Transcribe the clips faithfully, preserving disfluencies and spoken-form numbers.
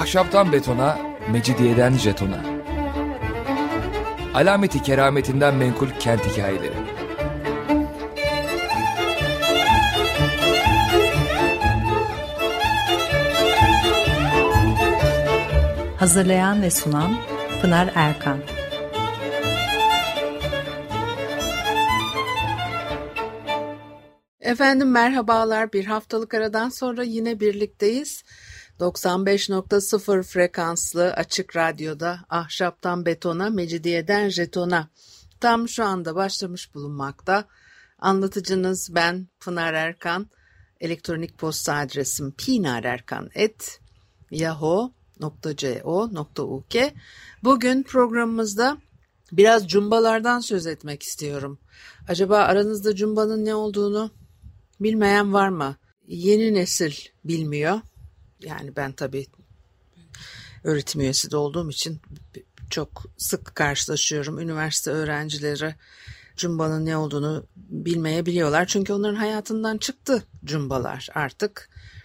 Ahşaptan betona, mecidiyeden jetona. Alameti kerametinden menkul kent hikayeleri. Hazırlayan ve sunan Pınar Erkan. Efendim merhabalar, bir haftalık aradan sonra yine birlikteyiz. doksan beş nokta sıfır frekanslı açık radyoda ahşaptan betona, mecidiyeden jetona tam şu anda başlamış bulunmakta. Anlatıcınız ben Pınar Erkan. Elektronik posta adresim pinarerkan at yahoo nokta co nokta uk. Bugün programımızda biraz cumbalardan söz etmek istiyorum. Acaba aranızda cumbanın ne olduğunu bilmeyen var mı? Yeni nesil bilmiyor. Yani ben tabii öğretim üyesi de olduğum için çok sık karşılaşıyorum. Üniversite öğrencileri cumbanın ne olduğunu bilmeyebiliyorlar. Çünkü onların hayatından çıktı cumbalar artık.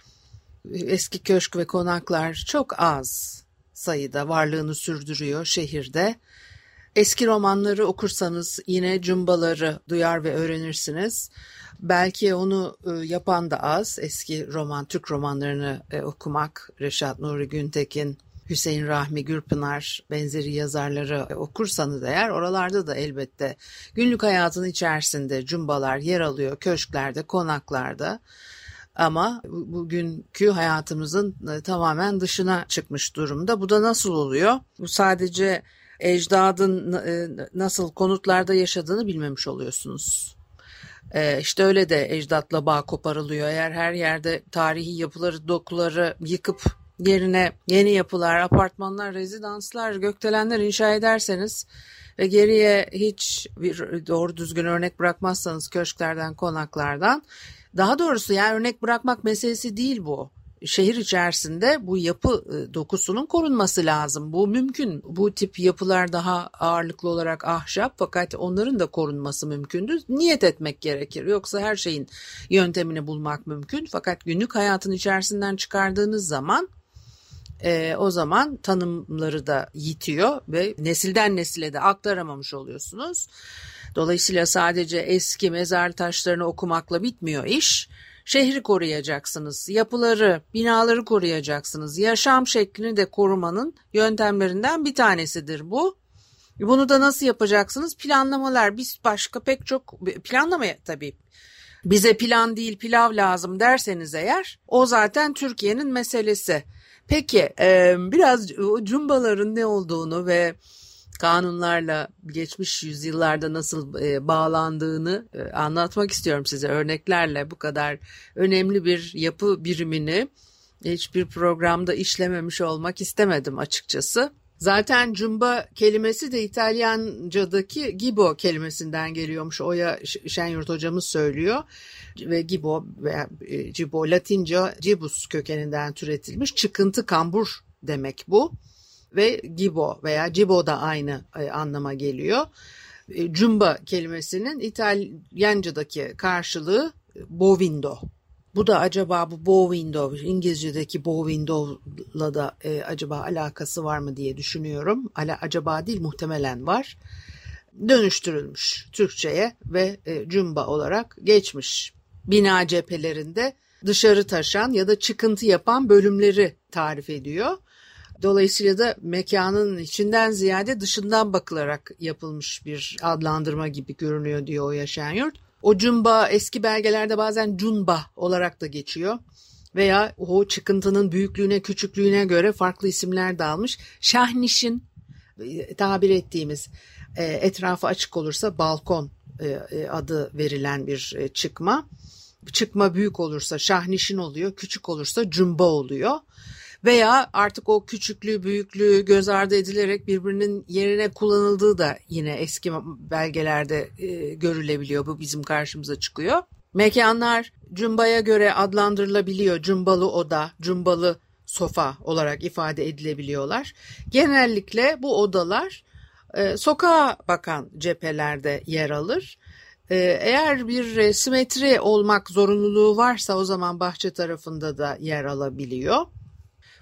Eski köşk ve konaklar çok az sayıda varlığını sürdürüyor şehirde. Eski romanları okursanız yine cumbaları duyar ve öğrenirsiniz. Belki onu yapan da az. Eski roman, Türk romanlarını okumak, Reşat Nuri Güntekin, Hüseyin Rahmi Gürpınar benzeri yazarları okursanız eğer oralarda da elbette günlük hayatın içerisinde cumbalar yer alıyor, köşklerde, konaklarda. Ama bugünkü hayatımızın tamamen dışına çıkmış durumda. Bu da nasıl oluyor? Bu sadece ecdadın nasıl konutlarda yaşadığını bilmemiş oluyorsunuz. İşte öyle de ecdatla bağ koparılıyor. Eğer her yerde tarihi yapıları, dokuları yıkıp yerine yeni yapılar, apartmanlar, rezidanslar, gökdelenler inşa ederseniz ve geriye hiç bir doğru düzgün örnek bırakmazsanız köşklerden, konaklardan, daha doğrusu yani örnek bırakmak meselesi değil bu. Şehir içerisinde bu yapı dokusunun korunması lazım. Bu mümkün. Bu tip yapılar daha ağırlıklı olarak ahşap, fakat onların da korunması mümkündür. Niyet etmek gerekir. Yoksa her şeyin yöntemini bulmak mümkün. Fakat günlük hayatın içerisinden çıkardığınız zaman e, o zaman tanımları da yitiyor ve nesilden nesile de aktaramamış oluyorsunuz. Dolayısıyla sadece eski mezar taşlarını okumakla bitmiyor iş. Şehri koruyacaksınız, yapıları, binaları koruyacaksınız. Yaşam şeklini de korumanın yöntemlerinden bir tanesidir bu. Bunu da nasıl yapacaksınız? Planlamalar. Biz başka pek çok planlamaya tabii. Bize plan değil pilav lazım derseniz eğer, o zaten Türkiye'nin meselesi. Peki biraz cumbaların ne olduğunu ve kanunlarla geçmiş yüzyıllarda nasıl e, bağlandığını e, anlatmak istiyorum size örneklerle. Bu kadar önemli bir yapı birimini hiçbir programda işlememiş olmak istemedim açıkçası. Zaten cumba kelimesi de İtalyanca'daki gibo kelimesinden geliyormuş. Oya Şenyurt hocamız söylüyor. Ve gibo veya e, cibo Latince cibus kökeninden türetilmiş çıkıntı, kambur demek bu. Ve gibo veya cibo da aynı e, anlama geliyor. E, cumba kelimesinin İtalyanca'daki karşılığı bow window. Bu da acaba bu bow window, İngilizce'deki bow window'la da e, acaba alakası var mı diye düşünüyorum. Ala, acaba değil, muhtemelen var. Dönüştürülmüş Türkçe'ye ve e, cumba olarak geçmiş. Bina cephelerinde dışarı taşan ya da çıkıntı yapan bölümleri tarif ediyor. Dolayısıyla da mekanın içinden ziyade dışından bakılarak yapılmış bir adlandırma gibi görünüyor diyor Oya Şenyurt. O cumba eski belgelerde bazen cunba olarak da geçiyor veya o çıkıntının büyüklüğüne küçüklüğüne göre farklı isimler de almış. Şahnişin tabir ettiğimiz etrafı açık olursa balkon adı verilen bir çıkma. Çıkma büyük olursa şahnişin oluyor, küçük olursa cumba oluyor. Veya artık o küçüklüğü, büyüklüğü göz ardı edilerek birbirinin yerine kullanıldığı da yine eski belgelerde e, görülebiliyor. Bu bizim karşımıza çıkıyor. Mekanlar cumbaya göre adlandırılabiliyor. Cumbalı oda, cumbalı sofa olarak ifade edilebiliyorlar. Genellikle bu odalar e, sokağa bakan cephelerde yer alır. E, eğer bir e, simetri olmak zorunluluğu varsa o zaman bahçe tarafında da yer alabiliyor.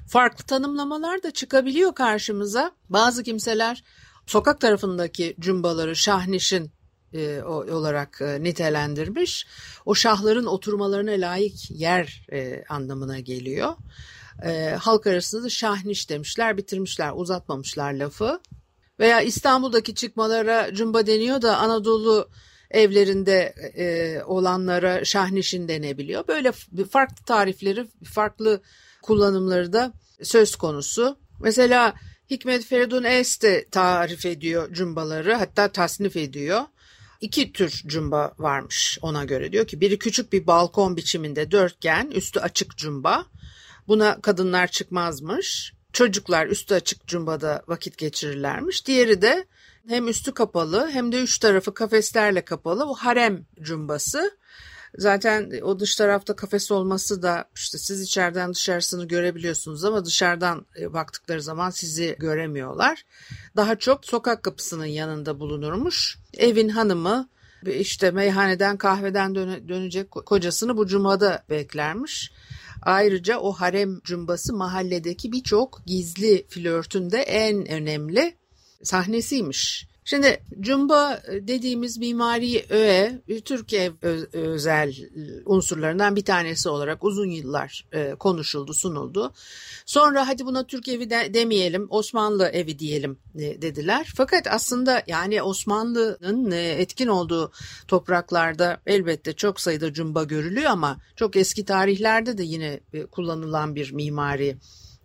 farklı tanımlamalar da çıkabiliyor karşımıza. Bazı kimseler sokak tarafındaki cumbaları şahnişin e, olarak e, nitelendirmiş. O şahların oturmalarına layık yer e, anlamına geliyor. E, halk arasında da şahniş demişler, bitirmişler, uzatmamışlar lafı. Veya İstanbul'daki çıkmalara cumba deniyor da Anadolu evlerinde e, olanlara şahnişin denebiliyor. Böyle farklı tarifleri, farklı kullanımları da söz konusu. Mesela Hikmet Feridun Es de tarif ediyor cumbaları, hatta tasnif ediyor. İki tür cumba varmış ona göre, diyor ki biri küçük bir balkon biçiminde dörtgen, üstü açık cumba. Buna kadınlar çıkmazmış. Çocuklar üstü açık cumbada vakit geçirirlermiş. Diğeri de hem üstü kapalı hem de üç tarafı kafeslerle kapalı, o harem cumbası. Zaten o dış tarafta kafes olması da işte siz içeriden dışarısını görebiliyorsunuz ama dışarıdan baktıkları zaman sizi göremiyorlar. Daha çok sokak kapısının yanında bulunurmuş. Evin hanımı işte meyhaneden kahveden döne, dönecek kocasını bu cumbada beklermiş. Ayrıca o harem cumbası mahalledeki birçok gizli flörtün de en önemli sahnesiymiş. Şimdi cumba dediğimiz mimari öğe Türk ev özel unsurlarından bir tanesi olarak uzun yıllar konuşuldu, sunuldu. Sonra hadi buna Türk evi de demeyelim, Osmanlı evi diyelim dediler. Fakat aslında yani Osmanlı'nın etkin olduğu topraklarda elbette çok sayıda cumba görülüyor ama çok eski tarihlerde de yine kullanılan bir mimari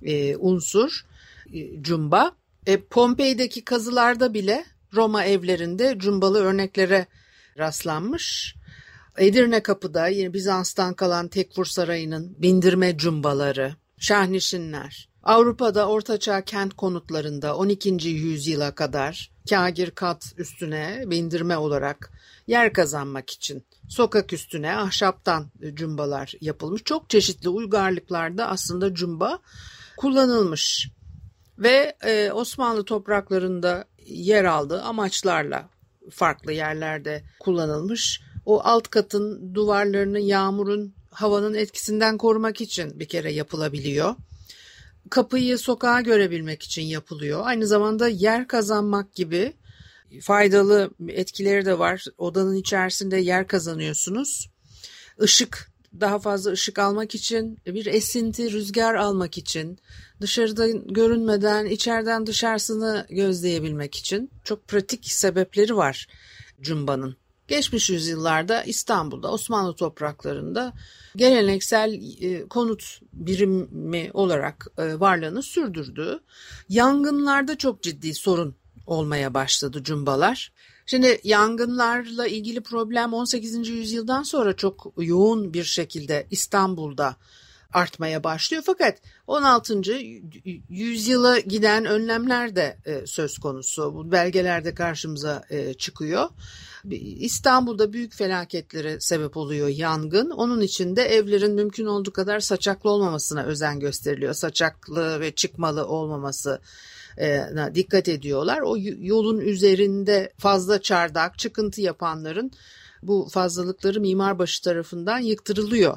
unsur cumba. E, Pompei'deki kazılarda bile Roma evlerinde cumbalı örneklere rastlanmış. Edirne Kapı'da yine Bizans'tan kalan Tekfur Sarayı'nın bindirme cumbaları, şahnişinler. Avrupa'da Ortaçağ kent konutlarında on ikinci yüzyıla kadar kagir kat üstüne bindirme olarak yer kazanmak için sokak üstüne ahşaptan cumbalar yapılmış. Çok çeşitli uygarlıklarda aslında cumba kullanılmış. Ve e, Osmanlı topraklarında yer aldığı amaçlarla farklı yerlerde kullanılmış. O alt katın duvarlarını yağmurun, havanın etkisinden korumak için bir kere yapılabiliyor. Kapıyı sokağa görebilmek için yapılıyor. Aynı zamanda yer kazanmak gibi faydalı etkileri de var. Odanın içerisinde yer kazanıyorsunuz. Işık, daha fazla ışık almak için, bir esinti, rüzgar almak için, dışarıda görünmeden içeriden dışarısını gözleyebilmek için çok pratik sebepleri var cumbanın. Geçmiş yüzyıllarda İstanbul'da, Osmanlı topraklarında geleneksel konut birimi olarak varlığını sürdürdü. Yangınlarda çok ciddi sorun olmaya başladı cumbalar. Şimdi yangınlarla ilgili problem on sekizinci yüzyıldan sonra çok yoğun bir şekilde İstanbul'da artmaya başlıyor. Fakat on altıncı yüzyıla giden önlemler de söz konusu. Bu belgelerde karşımıza çıkıyor. İstanbul'da büyük felaketlere sebep oluyor yangın. Onun için de evlerin mümkün olduğu kadar saçaklı olmamasına özen gösteriliyor. Saçaklı ve çıkmalı olmaması dikkat ediyorlar. O yolun üzerinde fazla çardak, çıkıntı yapanların bu fazlalıkları mimarbaşı tarafından yıktırılıyor.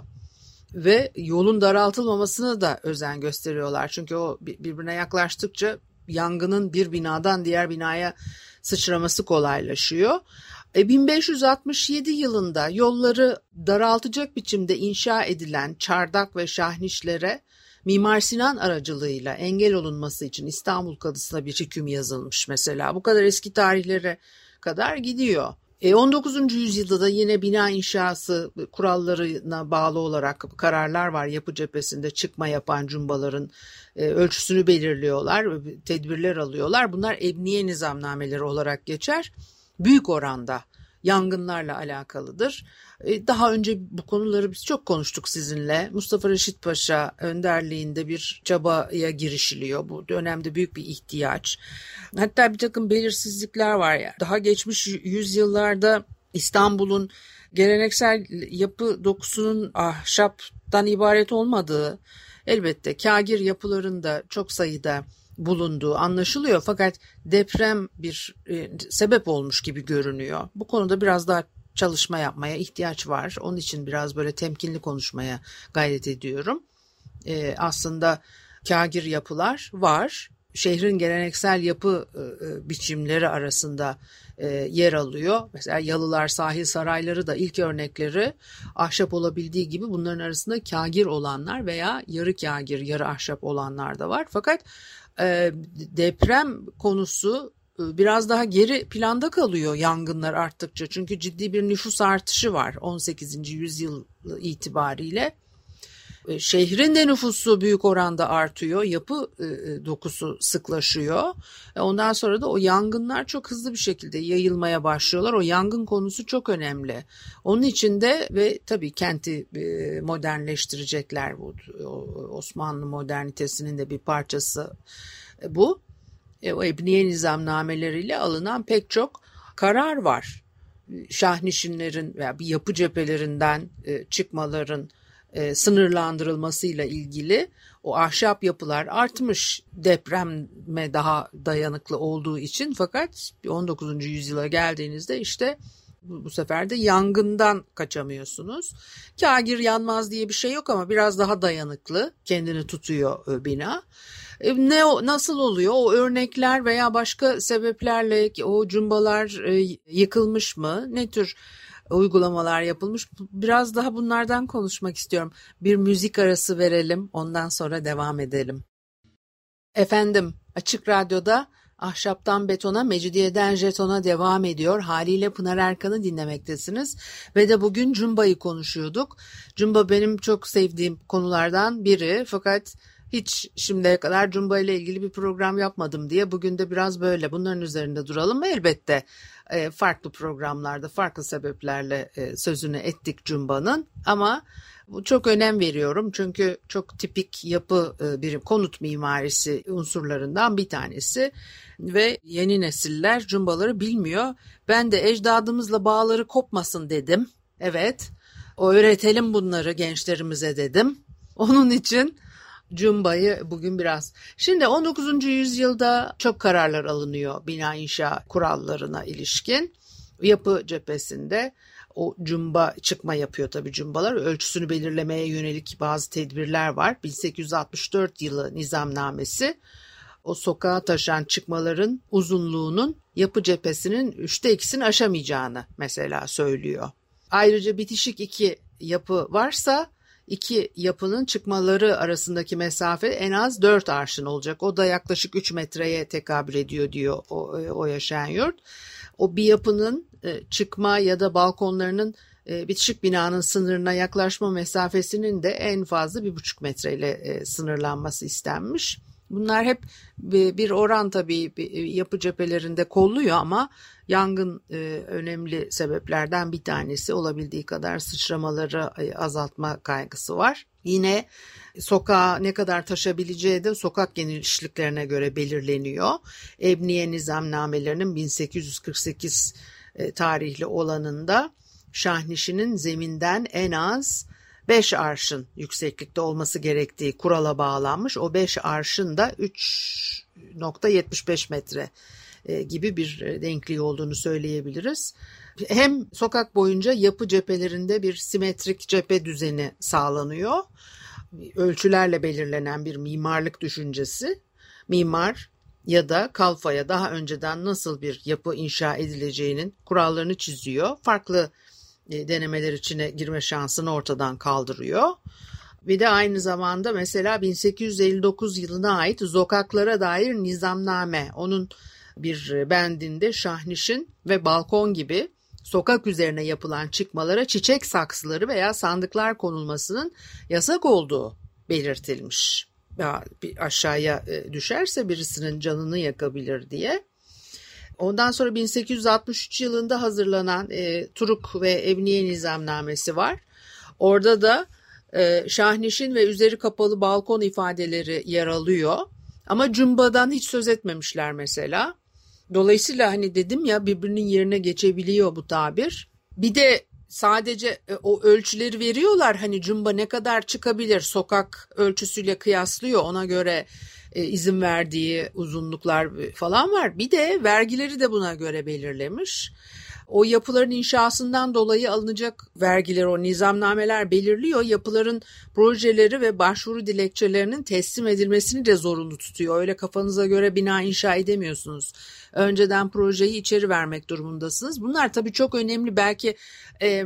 Ve yolun daraltılmamasına da özen gösteriyorlar. Çünkü o birbirine yaklaştıkça yangının bir binadan diğer binaya sıçraması kolaylaşıyor. E, bin beş yüz altmış yedi yılında yolları daraltacak biçimde inşa edilen çardak ve şahnişlere Mimar Sinan aracılığıyla engel olunması için İstanbul Kadısı'na bir hüküm yazılmış mesela. Bu kadar eski tarihlere kadar gidiyor. E on dokuzuncu yüzyılda da yine bina inşası kurallarına bağlı olarak kararlar var. Yapı cephesinde çıkma yapan cumbaların e, ölçüsünü belirliyorlar, tedbirler alıyorlar. Bunlar ebniye nizamnameleri olarak geçer. Büyük oranda yangınlarla alakalıdır. Daha önce bu konuları biz çok konuştuk sizinle. Mustafa Reşit Paşa önderliğinde bir çabaya girişiliyor. Bu dönemde büyük bir ihtiyaç. Hatta bir takım belirsizlikler var ya. Daha geçmiş yüzyıllarda İstanbul'un geleneksel yapı dokusunun ahşaptan ibaret olmadığı, elbette kagir yapılarında çok sayıda bulunduğu anlaşılıyor. Fakat deprem bir e, sebep olmuş gibi görünüyor. Bu konuda biraz daha çalışma yapmaya ihtiyaç var. Onun için biraz böyle temkinli konuşmaya gayret ediyorum. E, aslında kâgir yapılar var. Şehrin geleneksel yapı e, biçimleri arasında e, yer alıyor. Mesela Yalılar sahil sarayları da ilk örnekleri ahşap olabildiği gibi bunların arasında kâgir olanlar veya yarı kâgir, yarı ahşap olanlar da var. Fakat e, deprem konusu e, biraz daha geri planda kalıyor yangınlar arttıkça. Çünkü ciddi bir nüfus artışı var on sekizinci yüzyıl itibariyle. Şehrin de nüfusu büyük oranda artıyor, yapı dokusu sıklaşıyor. Ondan sonra da o yangınlar çok hızlı bir şekilde yayılmaya başlıyorlar. O yangın konusu çok önemli. Onun için de ve tabii kenti modernleştirecekler, bu Osmanlı modernitesinin de bir parçası bu. O ebniye nizamnameleriyle alınan pek çok karar var. Şahnişinlerin veya bir yapı cephelerinden çıkmaların E, sınırlandırılmasıyla ilgili o ahşap yapılar artmış depreme daha dayanıklı olduğu için, fakat on dokuzuncu yüzyıla geldiğinizde işte bu, bu sefer de yangından kaçamıyorsunuz. Kâgir yanmaz diye bir şey yok ama biraz daha dayanıklı, kendini tutuyor e, bina. E, ne nasıl oluyor? O örnekler veya başka sebeplerle o cumbalar e, yıkılmış mı? Ne tür uygulamalar yapılmış? Biraz daha bunlardan konuşmak istiyorum. Bir müzik arası verelim, ondan sonra devam edelim. Efendim, Açık Radyo'da Ahşaptan Betona, Mecidiyeden Jeton'a devam ediyor. Haliyle Pınar Erkan'ı dinlemektesiniz. Ve de bugün Cumba'yı konuşuyorduk. Cumba benim çok sevdiğim konulardan biri. Fakat hiç şimdiye kadar Cumba ile ilgili bir program yapmadım diye bugün de biraz böyle bunların üzerinde duralım. Elbette farklı programlarda farklı sebeplerle sözünü ettik Cumba'nın, ama çok önem veriyorum çünkü çok tipik yapı bir konut mimarisi unsurlarından bir tanesi ve yeni nesiller Cumbaları bilmiyor. Ben de ecdadımızla bağları kopmasın dedim. Evet, öğretelim bunları gençlerimize dedim. Onun için Cumba'yı bugün biraz. Şimdi on dokuzuncu yüzyılda çok kararlar alınıyor bina inşa kurallarına ilişkin. Yapı cephesinde o cumba çıkma yapıyor tabii cumbalar. Ölçüsünü belirlemeye yönelik bazı tedbirler var. bin sekiz yüz altmış dört yılı nizamnamesi o sokağa taşan çıkmaların uzunluğunun yapı cephesinin üçte ikisini aşamayacağını mesela söylüyor. Ayrıca bitişik iki yapı varsa İki yapının çıkmaları arasındaki mesafe en az dört arşın olacak. O da yaklaşık üç metreye tekabül ediyor diyor o, o yaşayan yurt. O bir yapının çıkma ya da balkonlarının bitişik binanın sınırına yaklaşma mesafesinin de en fazla bir buçuk metreyle sınırlanması istenmiş. Bunlar hep bir oran tabii yapı cephelerinde kolluyor ama yangın önemli sebeplerden bir tanesi, olabildiği kadar sıçramaları azaltma kaygısı var. Yine sokağa ne kadar taşabileceği de sokak genişliklerine göre belirleniyor. Ebniye nizamnamelerinin bin sekiz yüz kırk sekiz tarihli olanında şahnişinin zeminden en az beş arşın yükseklikte olması gerektiği kurala bağlanmış. O beş arşın da üç nokta yetmiş beş metre gibi bir denkliği olduğunu söyleyebiliriz. Hem sokak boyunca yapı cephelerinde bir simetrik cephe düzeni sağlanıyor. Ölçülerle belirlenen bir mimarlık düşüncesi. Mimar ya da kalfaya daha önceden nasıl bir yapı inşa edileceğinin kurallarını çiziyor. Farklı denemeler içine girme şansını ortadan kaldırıyor. Bir de aynı zamanda mesela bin sekiz yüz elli dokuz yılına ait sokaklara dair nizamname, onun bir bendinde şahnişin ve balkon gibi sokak üzerine yapılan çıkmalara çiçek saksıları veya sandıklar konulmasının yasak olduğu belirtilmiş. Ya bir aşağıya düşerse birisinin canını yakabilir diye. Ondan sonra bin sekiz yüz altmış üç yılında hazırlanan e, Turuk ve Ebniye Nizamnamesi var. Orada da e, şahnişin ve üzeri kapalı balkon ifadeleri yer alıyor. Ama cumbadan hiç söz etmemişler mesela. Dolayısıyla hani dedim ya, birbirinin yerine geçebiliyor bu tabir. Bir de sadece e, o ölçüleri veriyorlar. Hani cumba ne kadar çıkabilir, sokak ölçüsüyle kıyaslıyor, ona göre e, izin verdiği uzunluklar falan var. Bir de vergileri de buna göre belirlemiş. o yapıların inşasından dolayı alınacak vergiler, o nizamnameler belirliyor. Yapıların projeleri ve başvuru dilekçelerinin teslim edilmesini de zorunlu tutuyor. Öyle kafanıza göre bina inşa edemiyorsunuz. Önceden projeyi içeri vermek durumundasınız. Bunlar tabii çok önemli. Belki e,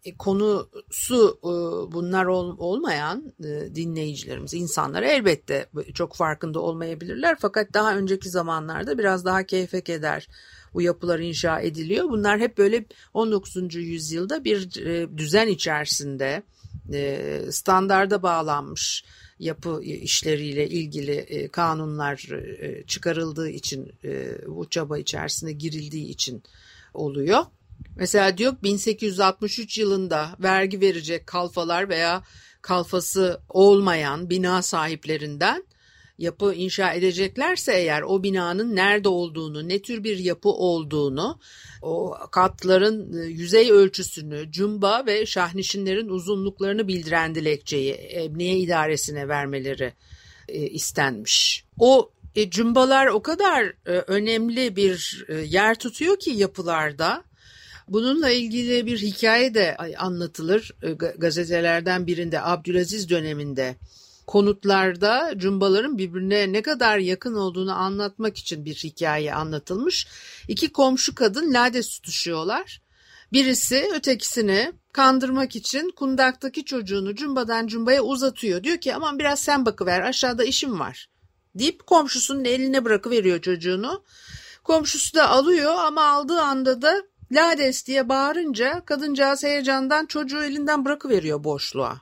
konusu e, bunlar ol, olmayan e, dinleyicilerimiz, insanlar elbette çok farkında olmayabilirler. Fakat daha önceki zamanlarda biraz daha keyfe keder bu yapılar inşa ediliyor. Bunlar hep böyle on dokuzuncu yüzyılda bir e, düzen içerisinde e, standarda bağlanmış yapı işleriyle ilgili e, kanunlar e, çıkarıldığı için, e, bu çaba içerisine girildiği için oluyor. Mesela diyor bin sekiz yüz altmış üç yılında vergi verecek kalfalar veya kalfası olmayan bina sahiplerinden yapı inşa edeceklerse eğer o binanın nerede olduğunu, ne tür bir yapı olduğunu, o katların yüzey ölçüsünü, cumba ve şahnişinlerin uzunluklarını bildiren dilekçeyi emniye idaresine vermeleri e, istenmiş. O e, cumbalar o kadar e, önemli bir e, yer tutuyor ki yapılarda. Bununla ilgili bir hikaye de anlatılır e, gazetelerden birinde Abdülaziz döneminde. Konutlarda cumbaların birbirine ne kadar yakın olduğunu anlatmak için bir hikaye anlatılmış. İki komşu kadın lades tutuşuyorlar. Birisi ötekisini kandırmak için kundaktaki çocuğunu cumbadan cumbaya uzatıyor. Diyor ki aman biraz sen bakıver, aşağıda işim var deyip komşusunun eline bırakıveriyor çocuğunu. Komşusu da alıyor ama aldığı anda da lades diye bağırınca kadıncağız heyecandan çocuğu elinden bırakıveriyor boşluğa.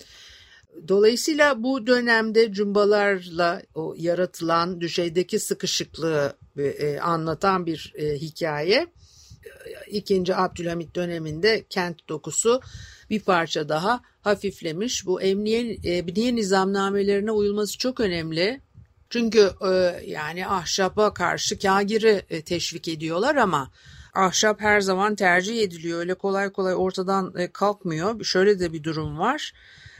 Dolayısıyla bu dönemde cumbalarla o yaratılan düşeydeki sıkışıklığı e, anlatan bir e, hikaye. İkinci Abdülhamit döneminde kent dokusu bir parça daha hafiflemiş. Bu emniye, emniye nizamnamelerine uyulması çok önemli. Çünkü e, yani ahşaba karşı kâgiri e, teşvik ediyorlar ama ahşap her zaman tercih ediliyor. Öyle kolay kolay ortadan e, kalkmıyor. Şöyle de bir durum var.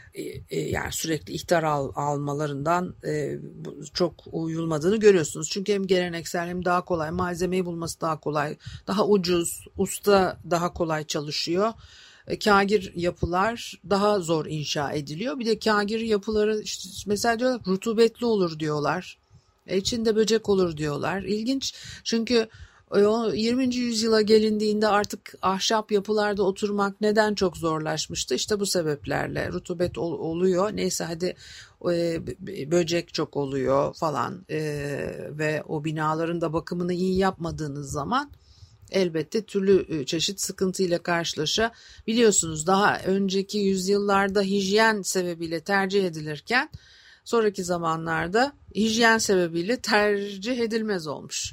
Yani sürekli ihtar al, almalarından e, çok uyulmadığını görüyorsunuz. Çünkü hem geleneksel hem daha kolay, malzemeyi bulması daha kolay, daha ucuz, usta daha kolay çalışıyor. E, kâgir yapılar daha zor inşa ediliyor. Bir de kâgir yapıları işte mesela diyorlar rutubetli olur diyorlar. E, içinde böcek olur diyorlar. İlginç çünkü yirminci yüzyıla gelindiğinde artık ahşap yapılarda oturmak neden çok zorlaşmıştı? İşte bu sebeplerle rutubet ol, oluyor. Neyse hadi e, böcek çok oluyor falan e, ve o binaların da bakımını iyi yapmadığınız zaman elbette türlü çeşit sıkıntıyla karşılaşabiliyorsunuz. Daha önceki yüzyıllarda hijyen sebebiyle tercih edilirken sonraki zamanlarda hijyen sebebiyle tercih edilmez olmuş.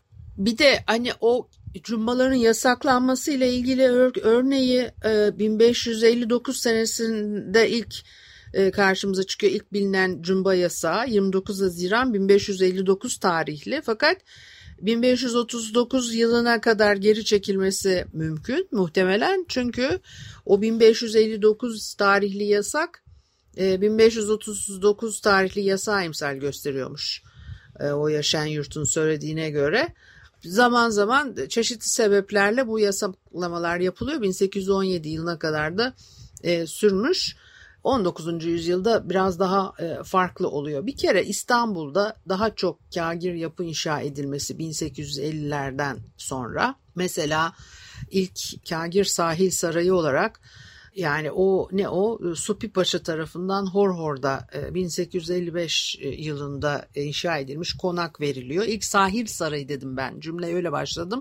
Bir de hani o cumbaların yasaklanması ile ilgili ör- örneği e, bin beş yüz elli dokuz senesinde ilk e, karşımıza çıkıyor. İlk bilinen cumba yasağı yirmi dokuz Haziran bin beş yüz elli dokuz tarihli, fakat bin beş yüz otuz dokuz yılına kadar geri çekilmesi mümkün muhtemelen. Çünkü o bin beş yüz elli dokuz tarihli yasak e, bin beş yüz otuz dokuz tarihli yasağı imsal gösteriyormuş. E, o yaşayan yurtun söylediğine göre. Zaman zaman çeşitli sebeplerle bu yasaklamalar yapılıyor. bin sekiz yüz on yedi yılına kadar da e, sürmüş. on dokuzuncu yüzyılda biraz daha e, farklı oluyor. Bir kere İstanbul'da daha çok kâgir yapı inşa edilmesi bin sekiz yüz ellilerden sonra. Mesela ilk kâgir sahil sarayı olarak, yani o ne o Supi Paşa tarafından Horhor'da bin sekiz yüz elli beş yılında inşa edilmiş konak veriliyor. İlk sahil sarayı dedim ben, cümleye öyle başladım.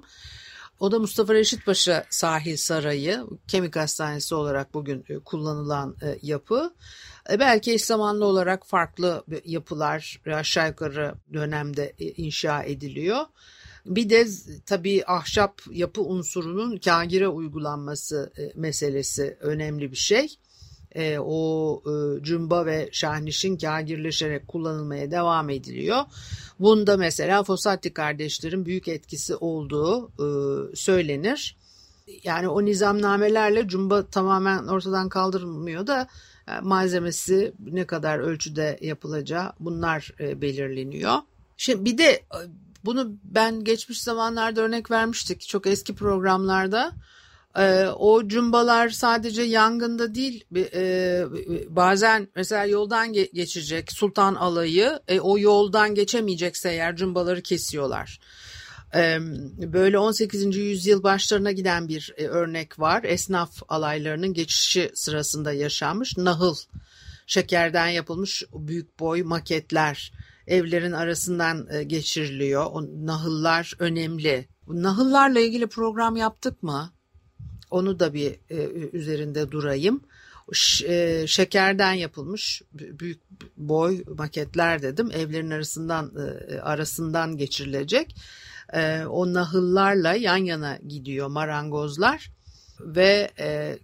O da Mustafa Reşit Paşa Sahil Sarayı, Kemik Hastanesi olarak bugün kullanılan yapı. Belki eş zamanlı olarak farklı yapılar aşağı yukarı dönemde inşa ediliyor. Bir de tabii ahşap yapı unsurunun kâgire uygulanması meselesi önemli bir şey. E, o e, cumba ve şahnişin kâgirleşerek kullanılmaya devam ediliyor. Bunda mesela Fossati kardeşlerin büyük etkisi olduğu e, söylenir. Yani o nizamnamelerle cumba tamamen ortadan kaldırılmıyor da e, malzemesi ne kadar ölçüde yapılacağı bunlar e, belirleniyor. Şimdi bir de Bunu ben geçmiş zamanlarda örnek vermiştik çok eski programlarda. Ee, o cumbalar sadece yangında değil, e, bazen mesela yoldan ge- geçecek sultan alayı, e, o yoldan geçemeyecekse eğer cumbaları kesiyorlar. Ee, böyle on sekizinci yüzyıl başlarına giden bir e, örnek var. Esnaf alaylarının geçişi sırasında yaşanmış nahıl, şekerden yapılmış büyük boy maketler evlerin arasından e, geçiriliyor. O nahıllar önemli. Bu nahıllarla ilgili program yaptık mı? Onu da bir e, üzerinde durayım. Ş- e, şekerden yapılmış büyük boy maketler dedim. Evlerin arasından e, arasından geçirilecek. E, o nahıllarla yan yana gidiyor marangozlar ve e,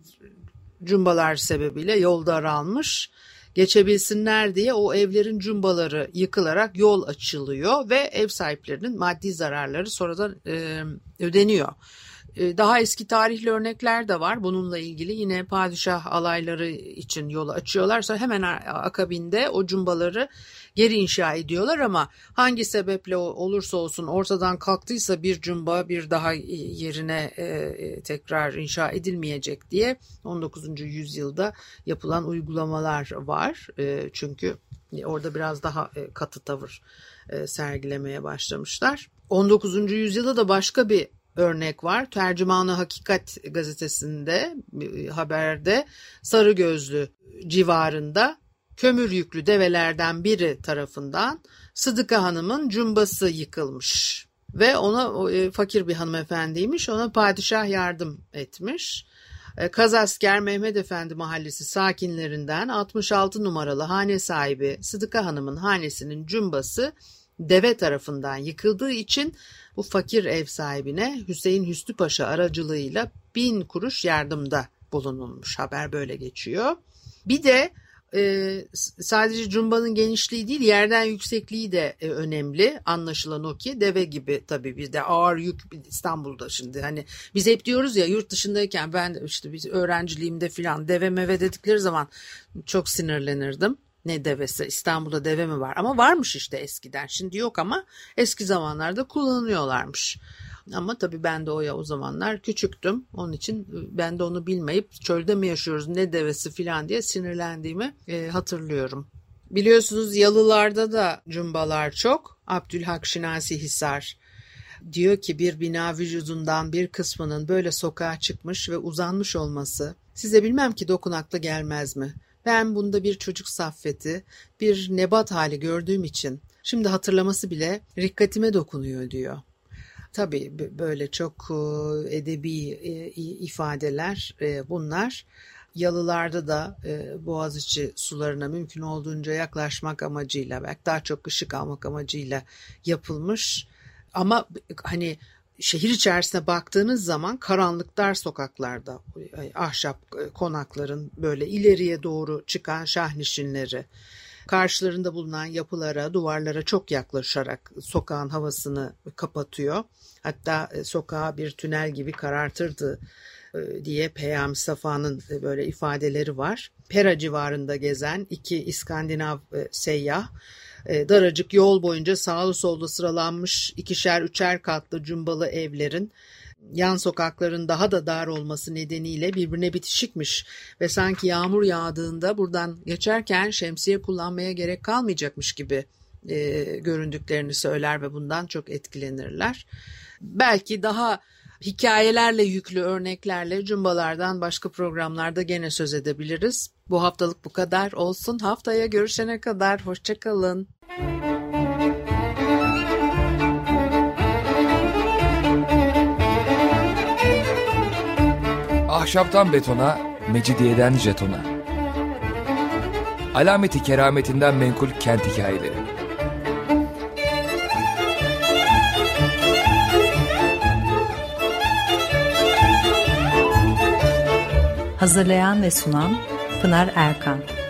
cumbalar sebebiyle yol daralmış. Geçebilsinler diye o evlerin cumbaları yıkılarak yol açılıyor ve ev sahiplerinin maddi zararları sonradan e, ödeniyor. Daha eski tarihli örnekler de var bununla ilgili. Yine padişah alayları için yolu açıyorlar. Sonra hemen akabinde o cumbaları geri inşa ediyorlar ama hangi sebeple olursa olsun ortadan kalktıysa bir cumba bir daha yerine tekrar inşa edilmeyecek diye on dokuzuncu yüzyılda yapılan uygulamalar var. Çünkü orada biraz daha katı tavır sergilemeye başlamışlar. on dokuzuncu yüzyılda da başka bir örnek var. Tercümanı Hakikat gazetesinde haberde Sarıgözlü civarında kömür yüklü develerden biri tarafından Sıdıka Hanım'ın cumbası yıkılmış ve ona fakir bir hanımefendiymiş, ona padişah yardım etmiş. Kazasker Mehmet Efendi Mahallesi sakinlerinden altmış altı numaralı hane sahibi Sıdıka Hanım'ın hanesinin cumbası deve tarafından yıkıldığı için bu fakir ev sahibine Hüseyin Hüsnü Paşa aracılığıyla bin kuruş yardımda bulunulmuş. Haber böyle geçiyor. Bir de e, sadece cumbanın genişliği değil yerden yüksekliği de e, önemli. Anlaşılan o ki deve gibi tabii bir de ağır yük İstanbul'da şimdi hani biz hep diyoruz ya yurt dışındayken ben işte biz öğrenciliğimde filan deve meve dedikleri zaman çok sinirlenirdim. Ne devesi? İstanbul'da deve mi var? Ama varmış işte eskiden. Şimdi yok ama eski zamanlarda kullanıyorlarmış. Ama tabii ben de o ya o zamanlar küçüktüm. Onun için ben de onu bilmeyip çölde mi yaşıyoruz ne devesi falan diye sinirlendiğimi e, hatırlıyorum. Biliyorsunuz yalılarda da cumbalar çok. Abdülhak Şinasi Hisar diyor ki bir bina vücudundan bir kısmının böyle sokağa çıkmış ve uzanmış olması size bilmem ki dokunaklı gelmez mi? Ben bunda bir çocuk saffeti, bir nebat hali gördüğüm için şimdi hatırlaması bile rikkatime dokunuyor diyor. Tabii böyle çok edebi ifadeler bunlar. Yalılarda da Boğaziçi sularına mümkün olduğunca yaklaşmak amacıyla, belki daha çok ışık almak amacıyla yapılmış. Ama hani şehir içerisine baktığınız zaman karanlık dar sokaklarda ahşap konakların böyle ileriye doğru çıkan şahnişinleri, karşılarında bulunan yapılara, duvarlara çok yaklaşarak sokağın havasını kapatıyor. Hatta sokağa bir tünel gibi karartırdı diye Peyami Safa'nın böyle ifadeleri var. Pera civarında gezen iki İskandinav seyyah daracık yol boyunca sağlı solda sıralanmış ikişer üçer katlı cumbalı evlerin yan sokakların daha da dar olması nedeniyle birbirine bitişikmiş ve sanki yağmur yağdığında buradan geçerken şemsiye kullanmaya gerek kalmayacakmış gibi e, göründüklerini söyler ve bundan çok etkilenirler. Belki daha hikayelerle yüklü örneklerle cumbalardan başka programlarda gene söz edebiliriz. Bu haftalık bu kadar olsun. Haftaya görüşene kadar hoşça kalın. Ahşaptan betona, mecidiyeden jetona. Alameti kerametinden menkul kent hikayeleri. Hazırlayan ve sunan Pınar Erkan.